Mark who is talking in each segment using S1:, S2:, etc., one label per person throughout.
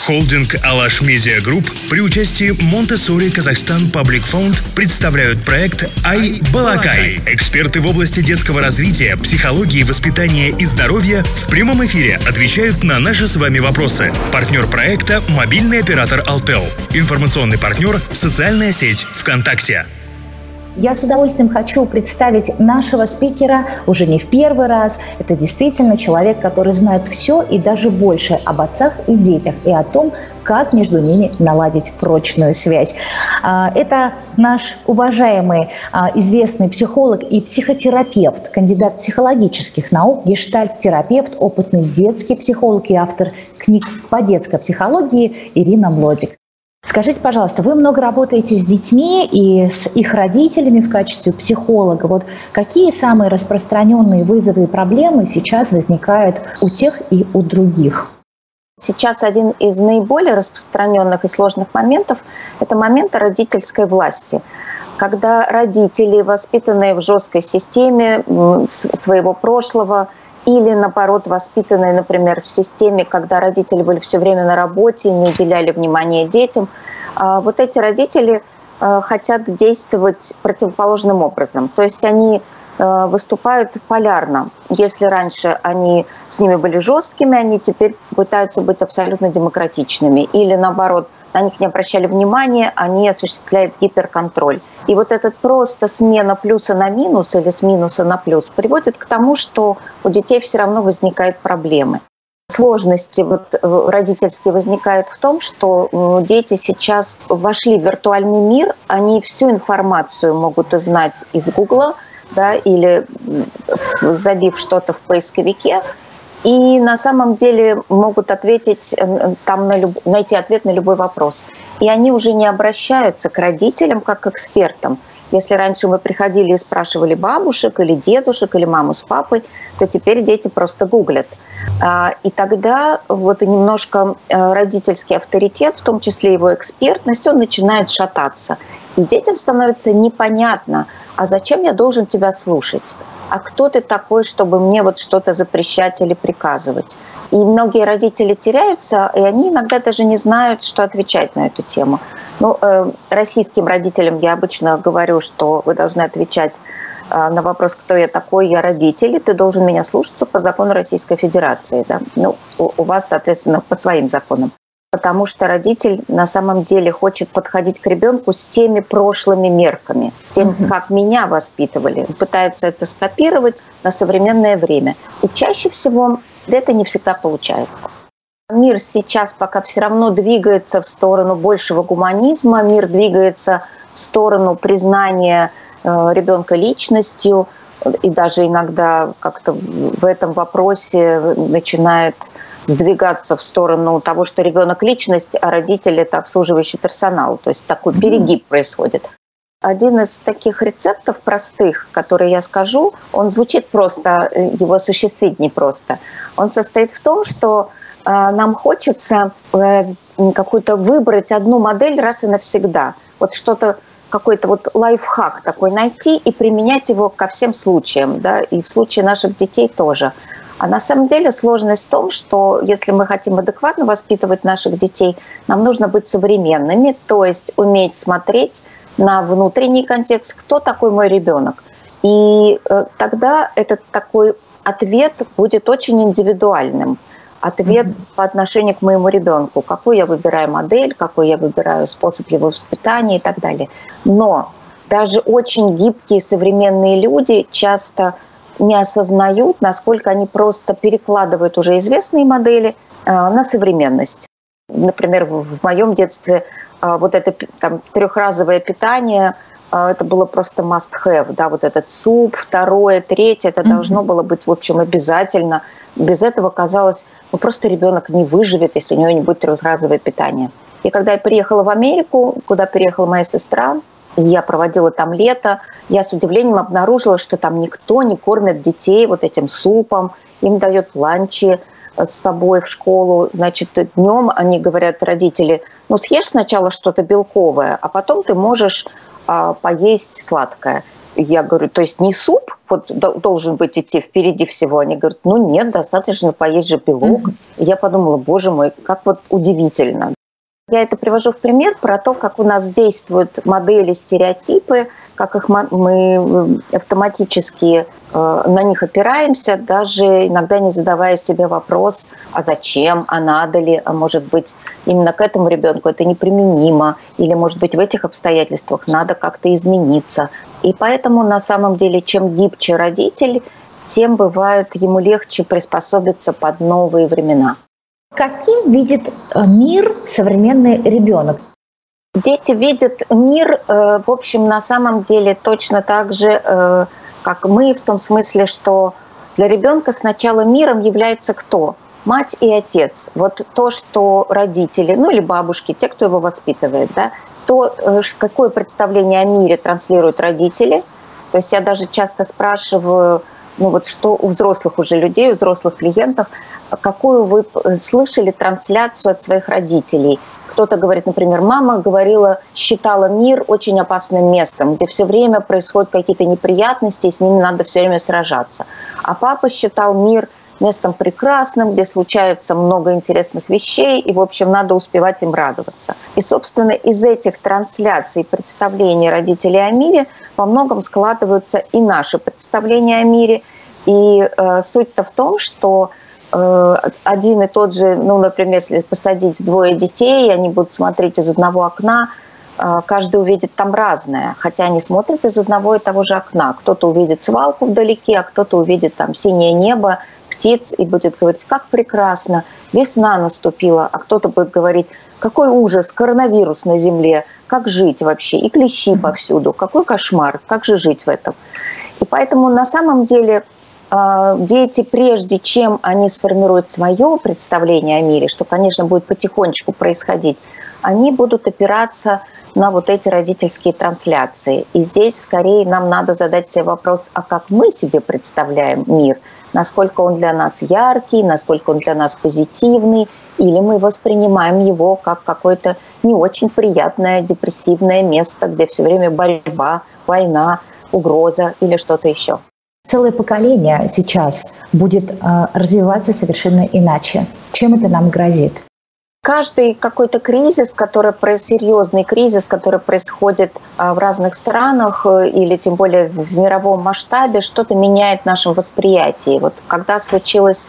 S1: Холдинг «Алаш Медиа Групп» при участии Монтессори Казахстан Паблик Фонд представляют проект «Ай Балакай». Эксперты в области детского развития, психологии, воспитания и здоровья в прямом эфире отвечают на наши с вами вопросы. Партнер проекта – мобильный оператор Алтел. Информационный партнер – социальная сеть ВКонтакте.
S2: Я с удовольствием хочу представить нашего спикера уже не в первый раз. Это действительно человек, который знает все и даже больше об отцах и детях, и о том, как между ними наладить прочную связь. Это наш уважаемый, известный психолог и психотерапевт, кандидат психологических наук, гештальт-терапевт, опытный детский психолог и автор книг по детской психологии Ирина Млодик. Скажите, пожалуйста, вы много работаете с детьми и с их родителями в качестве психолога. Вот какие самые распространенные вызовы и проблемы сейчас возникают у тех и у других?
S3: Сейчас один из наиболее распространенных и сложных моментов – это момент родительской власти. Когда родители, воспитанные в жесткой системе своего прошлого, или, наоборот, воспитанные, например, в системе, когда родители были все время на работе, не уделяли внимания детям. Вот эти родители хотят действовать противоположным образом. То есть они выступают полярно. Если раньше они с ними были жесткими, они теперь пытаются быть абсолютно демократичными. Или, наоборот, на них не обращали внимания, они осуществляют гиперконтроль. И вот эта просто смена плюса на минус или с минуса на плюс приводит к тому, что у детей все равно возникают проблемы. Сложности родительские возникают в том, что дети сейчас вошли в виртуальный мир, они всю информацию могут узнать из Гугла, да, или забив что-то в поисковике, и на самом деле могут ответить, найти ответ на любой вопрос. И они уже не обращаются к родителям как к экспертам. Если раньше мы приходили и спрашивали бабушек или дедушек, или маму с папой, то теперь дети просто гуглят. И тогда вот немножко родительский авторитет, в том числе его экспертность, он начинает шататься. И детям становится непонятно, а зачем я должен тебя слушать? А кто ты такой, чтобы мне вот что-то запрещать или приказывать? И многие родители теряются, и они иногда даже не знают, что отвечать на эту тему. Российским родителям я обычно говорю, что вы должны отвечать на вопрос, кто я такой, я родитель, и ты должен меня слушаться по закону Российской Федерации. Да? У вас, соответственно, по своим законам. Потому что родитель на самом деле хочет подходить к ребенку с теми прошлыми мерками, тем, как меня воспитывали. Он пытается это скопировать на современное время. И чаще всего это не всегда получается. Мир сейчас пока все равно двигается в сторону большего гуманизма, мир двигается в сторону признания ребенка личностью, и даже иногда как-то в этом вопросе начинает сдвигаться в сторону того, что ребенок личность, а родители это обслуживающий персонал. То есть такой перегиб происходит. Один из таких рецептов простых, который я скажу, он звучит просто, его осуществить непросто. Он состоит в том, что нам хочется какую-то выбрать одну модель раз и навсегда. Вот что-то, какой-то вот лайфхак такой найти и применять его ко всем случаям, да, и в случае наших детей тоже. А на самом деле сложность в том, что если мы хотим адекватно воспитывать наших детей, нам нужно быть современными, то есть уметь смотреть на внутренний контекст, кто такой мой ребенок. И тогда этот такой ответ будет очень индивидуальным. Ответ по отношению к моему ребенку, какую я выбираю модель, какой я выбираю способ его воспитания и так далее. Но даже очень гибкие современные люди часто не осознают, насколько они просто перекладывают уже известные модели на современность. Например, в моем детстве вот это трехразовое питание, это было просто must-have, да, вот этот суп, второе, третье, это должно было быть, в общем, обязательно. Без этого казалось, просто ребенок не выживет, если у него не будет трехразовое питание. И когда я приехала в Америку, куда переехала моя сестра, я проводила там лето, я с удивлением обнаружила, что там никто не кормит детей вот этим супом, им дают ланчи с собой в школу. Значит, днем они говорят, родители, съешь сначала что-то белковое, а потом ты можешь поесть сладкое. Я говорю, то есть не суп вот должен быть идти впереди всего? Они говорят, ну нет, достаточно поесть же белок. И я подумала, боже мой, как вот удивительно. Я это привожу в пример про то, как у нас действуют модели, стереотипы, как их мы автоматически на них опираемся, даже иногда не задавая себе вопрос, а зачем, а надо ли, а может быть именно к этому ребенку это неприменимо, или может быть в этих обстоятельствах надо как-то измениться. И поэтому на самом деле чем гибче родитель, тем бывает ему легче приспособиться под новые времена.
S2: Каким видит мир современный ребенок?
S3: Дети видят мир, в общем, на самом деле точно так же, как мы, в том смысле, что для ребенка сначала миром является кто? Мать и отец. Вот то, что родители, ну или бабушки, те, кто его воспитывает, да, то, какое представление о мире транслируют родители. То есть я даже часто спрашиваю, ну вот что у взрослых уже людей, у взрослых клиентов, какую вы слышали трансляцию от своих родителей. Кто-то говорит, например, мама говорила, считала мир очень опасным местом, где все время происходят какие-то неприятности, и с ними надо все время сражаться. А папа считал мир местом прекрасным, где случается много интересных вещей, и, в общем, надо успевать им радоваться. И, собственно, из этих трансляций представлений родителей о мире во многом складываются и наши представления о мире. И суть-то в том, что один и тот же, ну, например, если посадить двое детей, и они будут смотреть из одного окна, каждый увидит там разное, хотя они смотрят из одного и того же окна. Кто-то увидит свалку вдалеке, а кто-то увидит там синее небо, птиц и будет говорить, как прекрасно, весна наступила, а кто-то будет говорить, какой ужас, коронавирус на земле, как жить вообще, и клещи повсюду, какой кошмар, как же жить в этом. И поэтому на самом деле дети, прежде чем они сформируют свое представление о мире, что, конечно, будет потихонечку происходить, они будут опираться на вот эти родительские трансляции. И здесь скорее нам надо задать себе вопрос, а как мы себе представляем мир? Насколько он для нас яркий, насколько он для нас позитивный, или мы воспринимаем его как какое-то не очень приятное, депрессивное место, где все время борьба, война, угроза или что-то еще.
S2: Целое поколение сейчас будет развиваться совершенно иначе. Чем это нам грозит?
S3: Каждый какой-то кризис, серьезный кризис, который происходит в разных странах или тем более в мировом масштабе, что-то меняет в нашем восприятии. Вот когда случилось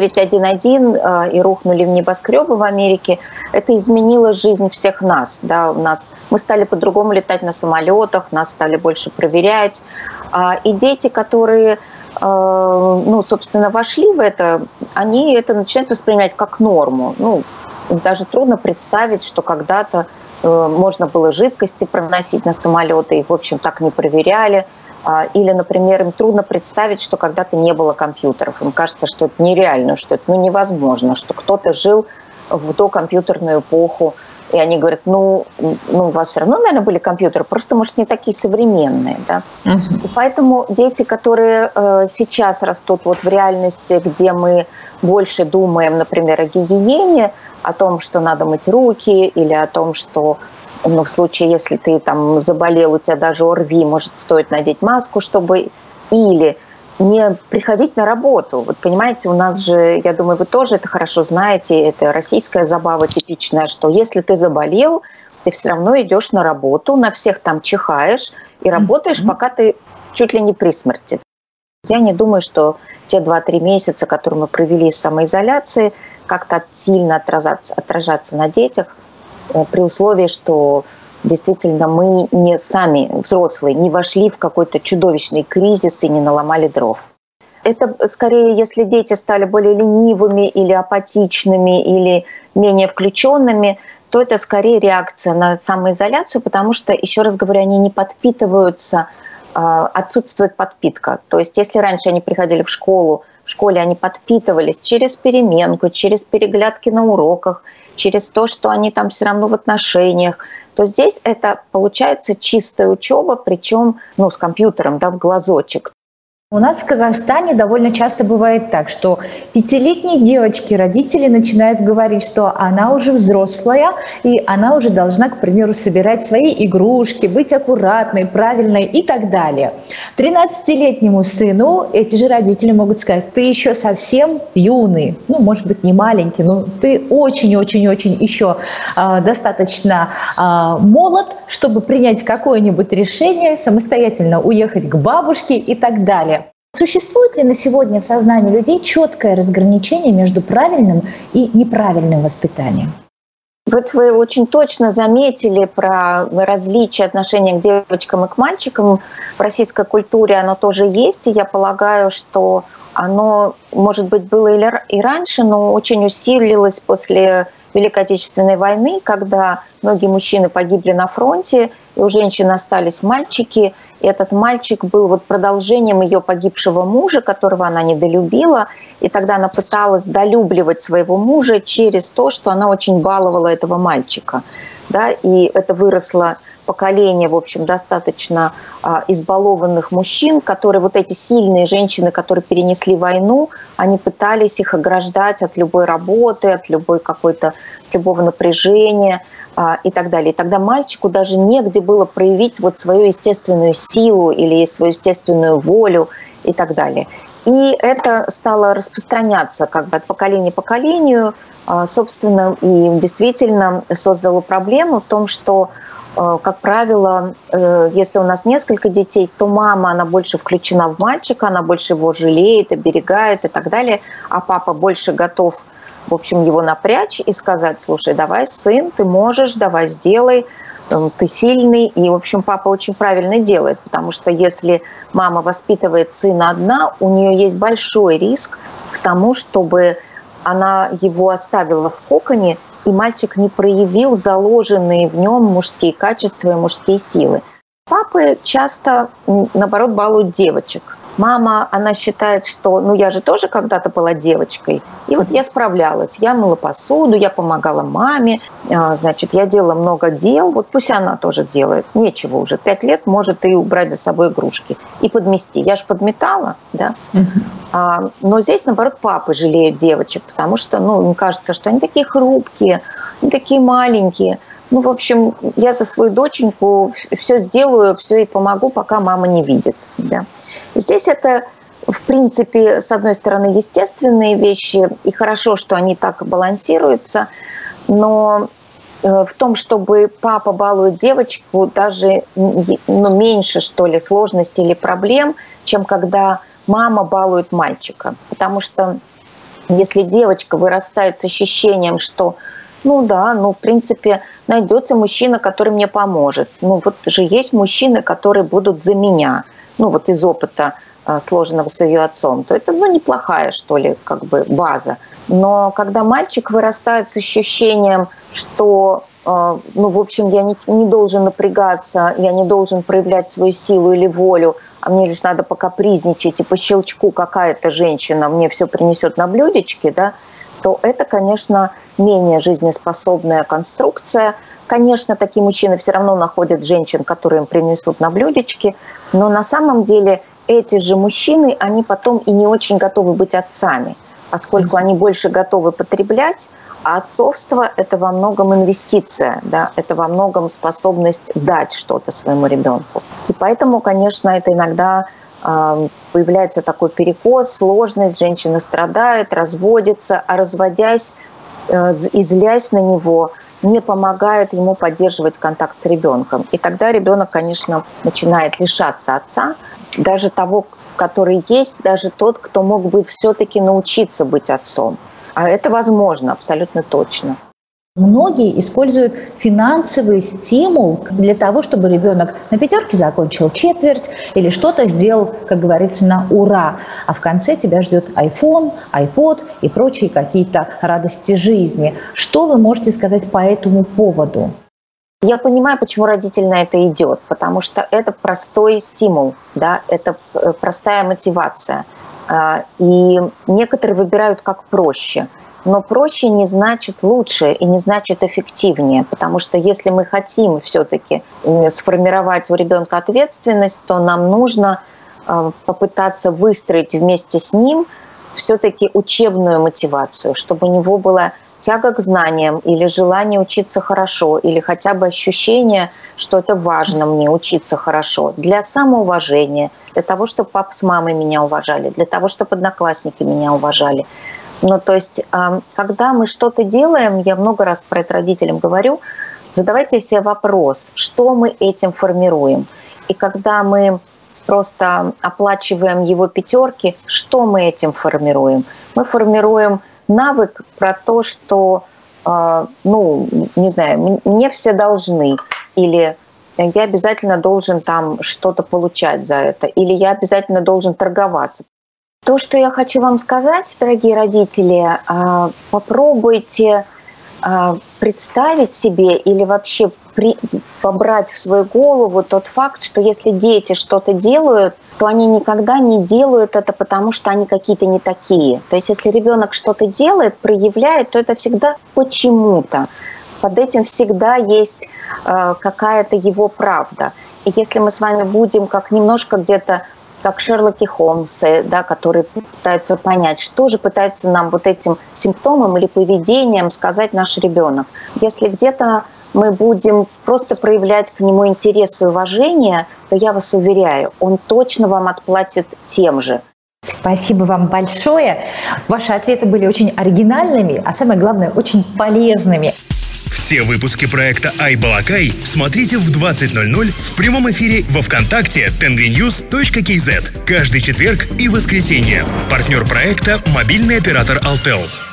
S3: 9/11 и рухнули в небоскребы в Америке, это изменило жизнь всех нас. Да, мы стали по-другому летать на самолетах, нас стали больше проверять. И дети, которые собственно, вошли в это, они это начинают воспринимать как норму. Даже трудно представить, что когда-то можно было жидкости проносить на самолеты, их, в общем, так не проверяли. Или, например, им трудно представить, что когда-то не было компьютеров. Им кажется, что это нереально, что это невозможно, что кто-то жил в докомпьютерную эпоху. И они говорят, у вас все равно, наверное, были компьютеры, просто, может, не такие современные. Да? И поэтому дети, которые сейчас растут вот в реальности, где мы больше думаем, например, о гигиене, о том, что надо мыть руки, или о том, что в случае, если ты там заболел, у тебя даже ОРВИ, может, стоит надеть маску, чтобы... Или не приходить на работу. Вот понимаете, у нас же, я думаю, вы тоже это хорошо знаете, это российская забава типичная, что если ты заболел, ты все равно идешь на работу, на всех там чихаешь и работаешь, пока ты чуть ли не при смерти. Я не думаю, что те 2-3 месяца, которые мы провели в самоизоляции, как-то сильно отражаться на детях, при условии, что действительно мы не сами, взрослые, не вошли в какой-то чудовищный кризис и не наломали дров. Это скорее, если дети стали более ленивыми или апатичными, или менее включенными, то это скорее реакция на самоизоляцию, потому что, еще раз говорю, они не подпитываются, отсутствует подпитка. То есть если раньше они приходили в школе они подпитывались через переменку, через переглядки на уроках, через то, что они там все равно в отношениях, то здесь это получается чистая учеба, причем с компьютером, да, в глазочек.
S2: У нас в Казахстане довольно часто бывает так, что пятилетней девочке родители начинают говорить, что она уже взрослая, и она уже должна, к примеру, собирать свои игрушки, быть аккуратной, правильной и так далее. 13-летнему сыну эти же родители могут сказать: ты еще совсем юный, ну, может быть, не маленький, но ты очень-очень-очень еще достаточно молод, чтобы принять какое-нибудь решение, самостоятельно уехать к бабушке и так далее. Существует ли на сегодня в сознании людей четкое разграничение между правильным и неправильным воспитанием?
S3: Вот вы очень точно заметили про различие отношения к девочкам и к мальчикам. В российской культуре оно тоже есть, и я полагаю, что оно, может быть, было и раньше, но очень усилилось после Великой Отечественной войны, когда многие мужчины погибли на фронте, и у женщин остались мальчики. И этот мальчик был вот продолжением ее погибшего мужа, которого она недолюбила. И тогда она пыталась долюбливать своего мужа через то, что она очень баловала этого мальчика. Да? И это выросло поколение, в общем, достаточно избалованных мужчин, которые, вот эти сильные женщины, которые перенесли войну, они пытались их ограждать от любой работы, от любого напряжения и так далее. И тогда мальчику даже негде было проявить вот свою естественную силу или свою естественную волю и так далее. И это стало распространяться как бы от поколения к поколению, собственно, и действительно создало проблему в том, что, как правило, если у нас несколько детей, то мама, она больше включена в мальчика, она больше его жалеет, оберегает и так далее, а папа больше готов, в общем, его напрячь и сказать: слушай, давай, сын, ты можешь, давай, сделай, ты сильный. И, в общем, папа очень правильно делает, потому что если мама воспитывает сына одна, у нее есть большой риск к тому, чтобы она его оставила в коконе, и мальчик не проявил заложенные в нем мужские качества и мужские силы. Папы часто, наоборот, балуют девочек. Мама, она считает, что ну я же тоже когда-то была девочкой, и вот я справлялась, я мыла посуду, я помогала маме, значит, я делала много дел, вот пусть она тоже делает, нечего уже, 5 лет может и убрать за собой игрушки, и подмести. Я же подметала, да. Но здесь, наоборот, папы жалеют девочек, потому что, ну, им кажется, что они такие хрупкие, они такие маленькие. Ну, в общем, я за свою доченьку все сделаю, все ей помогу, пока мама не видит. Да. И здесь это, в принципе, с одной стороны, естественные вещи, и хорошо, что они так балансируются, но в том, чтобы папа балует девочку, даже меньше, что ли, сложностей или проблем, чем когда мама балует мальчика. Потому что если девочка вырастает с ощущением, что ну да, ну в принципе найдется мужчина, который мне поможет. Ну вот же есть мужчины, которые будут за меня. Ну вот из опыта, сложенного с ее отцом, то это ну, неплохая, что ли, как бы база. Но когда мальчик вырастает с ощущением, что, ну, в общем, я не должен напрягаться, я не должен проявлять свою силу или волю, а мне лишь надо покапризничать, и по щелчку какая-то женщина мне все принесет на блюдечке, да, то это, конечно, менее жизнеспособная конструкция. Конечно, такие мужчины все равно находят женщин, которые им принесут на блюдечке, но на самом деле эти же мужчины, они потом и не очень готовы быть отцами, поскольку они больше готовы потреблять, а отцовство – это во многом инвестиция, да, это во многом способность дать что-то своему ребенку. И поэтому, конечно, это иногда появляется такой перекос, сложность, женщина страдает, разводится, а разводясь и злясь на него, не помогает ему поддерживать контакт с ребенком. И тогда ребенок, конечно, начинает лишаться отца, даже того, который есть, даже тот, кто мог бы все-таки научиться быть отцом. А это возможно, абсолютно точно.
S2: Многие используют финансовый стимул для того, чтобы ребенок на 5 закончил четверть или что-то сделал, как говорится, на ура. А в конце тебя ждет iPhone, iPod и прочие какие-то радости жизни. Что вы можете сказать по этому поводу?
S3: Я понимаю, почему родитель на это идет, потому что это простой стимул, да, это простая мотивация. И некоторые выбирают как проще. Но проще не значит лучше и не значит эффективнее, потому что если мы хотим все-таки сформировать у ребенка ответственность, то нам нужно попытаться выстроить вместе с ним все-таки учебную мотивацию, чтобы у него была тяга к знаниям или желание учиться хорошо, или хотя бы ощущение, что это важно мне учиться хорошо, для самоуважения, для того, чтобы папа с мамой меня уважали, для того, чтобы одноклассники меня уважали. Ну, то есть, когда мы что-то делаем, я много раз про это родителям говорю, задавайте себе вопрос, что мы этим формируем. И когда мы просто оплачиваем его пятерки, что мы этим формируем? Мы формируем навык про то, что, не знаю, мне все должны, или я обязательно должен там что-то получать за это, или я обязательно должен торговаться. То, что я хочу вам сказать, дорогие родители, попробуйте представить себе или вообще вобрать в свою голову тот факт, что если дети что-то делают, то они никогда не делают это, потому что они какие-то не такие. То есть если ребенок что-то делает, проявляет, то это всегда почему-то. Под этим всегда есть какая-то его правда. И если мы с вами будем как немножко где-то как Шерлоки Холмсы, да, которые пытаются понять, что же пытается нам вот этим симптомом или поведением сказать наш ребенок. Если где-то мы будем просто проявлять к нему интерес и уважение, то я вас уверяю, он точно вам отплатит тем же.
S2: Спасибо вам большое. Ваши ответы были очень оригинальными, а самое главное, очень полезными.
S1: Все выпуски проекта iBalakay смотрите в 20:00 в прямом эфире во ВКонтакте tengrinews.kz каждый четверг и воскресенье. Партнер проекта — мобильный оператор Altel.